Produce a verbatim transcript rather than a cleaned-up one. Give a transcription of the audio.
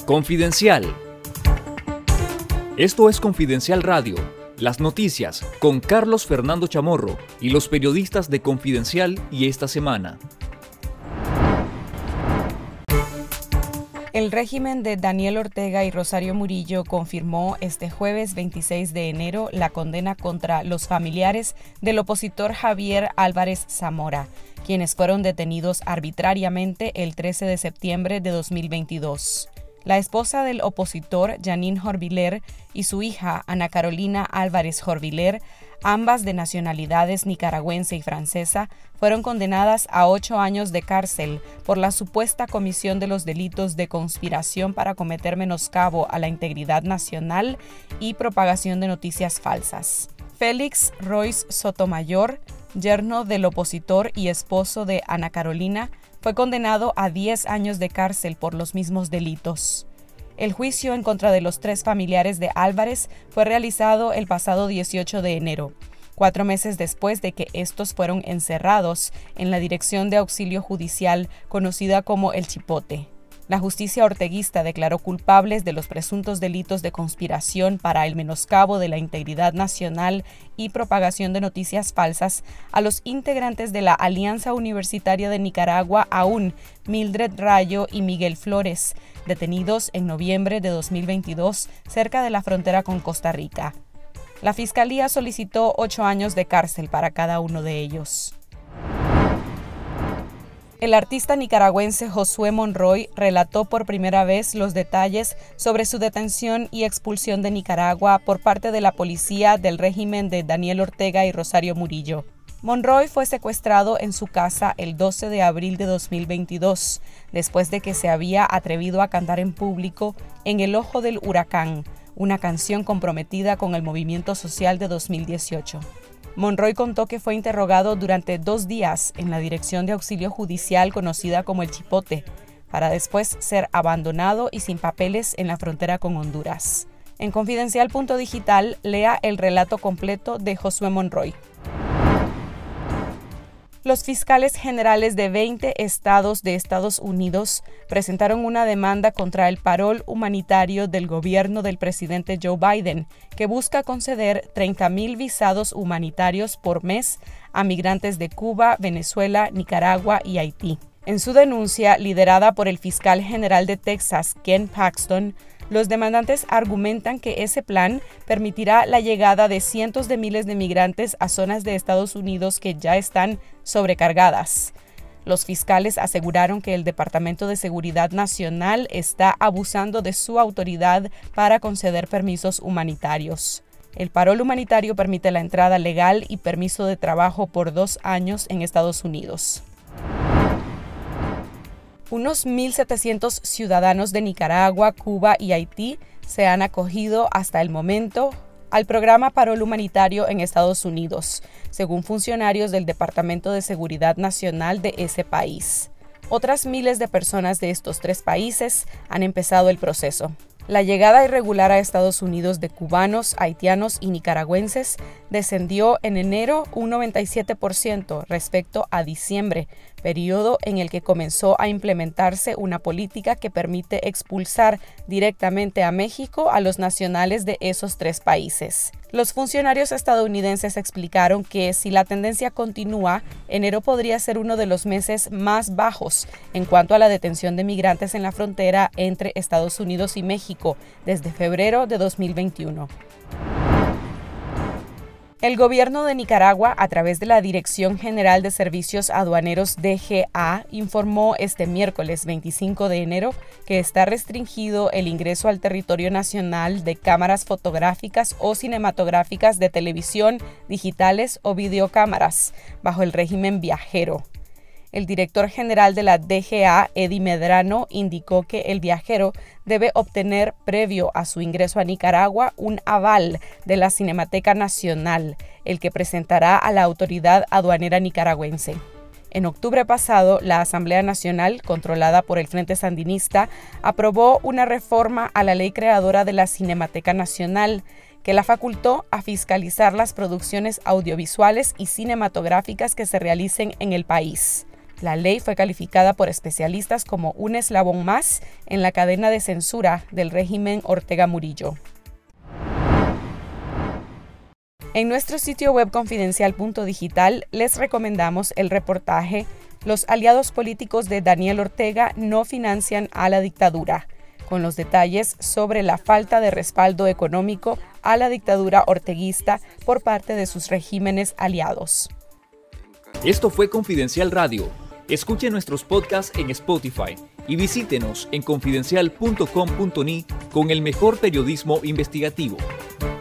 Confidencial. Esto es Confidencial Radio, las noticias con Carlos Fernando Chamorro y los periodistas de Confidencial y Esta Semana. El régimen de Daniel Ortega y Rosario Murillo confirmó este jueves veintiséis de enero la condena contra los familiares del opositor Javier Álvarez Zamora, quienes fueron detenidos arbitrariamente el trece de septiembre de dos mil veintidós. La esposa del opositor, Janine Jorviler, y su hija, Ana Carolina Álvarez Jorviler, ambas de nacionalidades nicaragüense y francesa, fueron condenadas a ocho años de cárcel por la supuesta comisión de los delitos de conspiración para cometer menoscabo a la integridad nacional y propagación de noticias falsas. Félix Royce Sotomayor, yerno del opositor y esposo de Ana Carolina, fue condenado a diez años de cárcel por los mismos delitos. El juicio en contra de los tres familiares de Álvarez fue realizado el pasado dieciocho de enero, cuatro meses después de que estos fueron encerrados en la Dirección de Auxilio Judicial conocida como El Chipote. La justicia orteguista declaró culpables de los presuntos delitos de conspiración para el menoscabo de la integridad nacional y propagación de noticias falsas a los integrantes de la Alianza Universitaria de Nicaragua, A U N, Mildred Rayo y Miguel Flores, detenidos en noviembre de dos mil veintidós cerca de la frontera con Costa Rica. La Fiscalía solicitó ocho años de cárcel para cada uno de ellos. El artista nicaragüense Josué Monroy relató por primera vez los detalles sobre su detención y expulsión de Nicaragua por parte de la policía del régimen de Daniel Ortega y Rosario Murillo. Monroy fue secuestrado en su casa el doce de abril de dos mil veintidós, después de que se había atrevido a cantar en público En el Ojo del Huracán, una canción comprometida con el movimiento social de dos mil dieciocho. Monroy contó que fue interrogado durante dos días en la Dirección de Auxilio Judicial conocida como El Chipote, para después ser abandonado y sin papeles en la frontera con Honduras. En Confidencial punto digital, lea el relato completo de Josué Monroy. Los fiscales generales de veinte estados de Estados Unidos presentaron una demanda contra el parol humanitario del gobierno del presidente Joe Biden, que busca conceder treinta mil visados humanitarios por mes a migrantes de Cuba, Venezuela, Nicaragua y Haití. En su denuncia, liderada por el fiscal general de Texas, Ken Paxton, los demandantes argumentan que ese plan permitirá la llegada de cientos de miles de migrantes a zonas de Estados Unidos que ya están sobrecargadas. Los fiscales aseguraron que el Departamento de Seguridad Nacional está abusando de su autoridad para conceder permisos humanitarios. El parol humanitario permite la entrada legal y permiso de trabajo por dos años en Estados Unidos. Unos mil setecientos ciudadanos de Nicaragua, Cuba y Haití se han acogido hasta el momento al programa Parol Humanitario en Estados Unidos, según funcionarios del Departamento de Seguridad Nacional de ese país. Otras miles de personas de estos tres países han empezado el proceso. La llegada irregular a Estados Unidos de cubanos, haitianos y nicaragüenses descendió en enero un noventa y siete por ciento respecto a diciembre, periodo en el que comenzó a implementarse una política que permite expulsar directamente a México a los nacionales de esos tres países. Los funcionarios estadounidenses explicaron que si la tendencia continúa, enero podría ser uno de los meses más bajos en cuanto a la detención de migrantes en la frontera entre Estados Unidos y México desde febrero de dos mil veintiuno. El gobierno de Nicaragua, a través de la Dirección General de Servicios Aduaneros D G A, informó este miércoles veinticinco de enero que está restringido el ingreso al territorio nacional de cámaras fotográficas o cinematográficas de televisión, digitales o videocámaras, bajo el régimen viajero. El director general de la D G A, Eddie Medrano, indicó que el viajero debe obtener, previo a su ingreso a Nicaragua, un aval de la Cinemateca Nacional, el que presentará a la autoridad aduanera nicaragüense. En octubre pasado, la Asamblea Nacional, controlada por el Frente Sandinista, aprobó una reforma a la ley creadora de la Cinemateca Nacional, que la facultó a fiscalizar las producciones audiovisuales y cinematográficas que se realicen en el país. La ley fue calificada por especialistas como un eslabón más en la cadena de censura del régimen Ortega Murillo. En nuestro sitio web confidencial punto digital les recomendamos el reportaje "Los aliados políticos de Daniel Ortega no financian a la dictadura", con los detalles sobre la falta de respaldo económico a la dictadura orteguista por parte de sus regímenes aliados. Esto fue Confidencial Radio. Escuche nuestros podcasts en Spotify y visítenos en confidencial punto com punto ni con el mejor periodismo investigativo.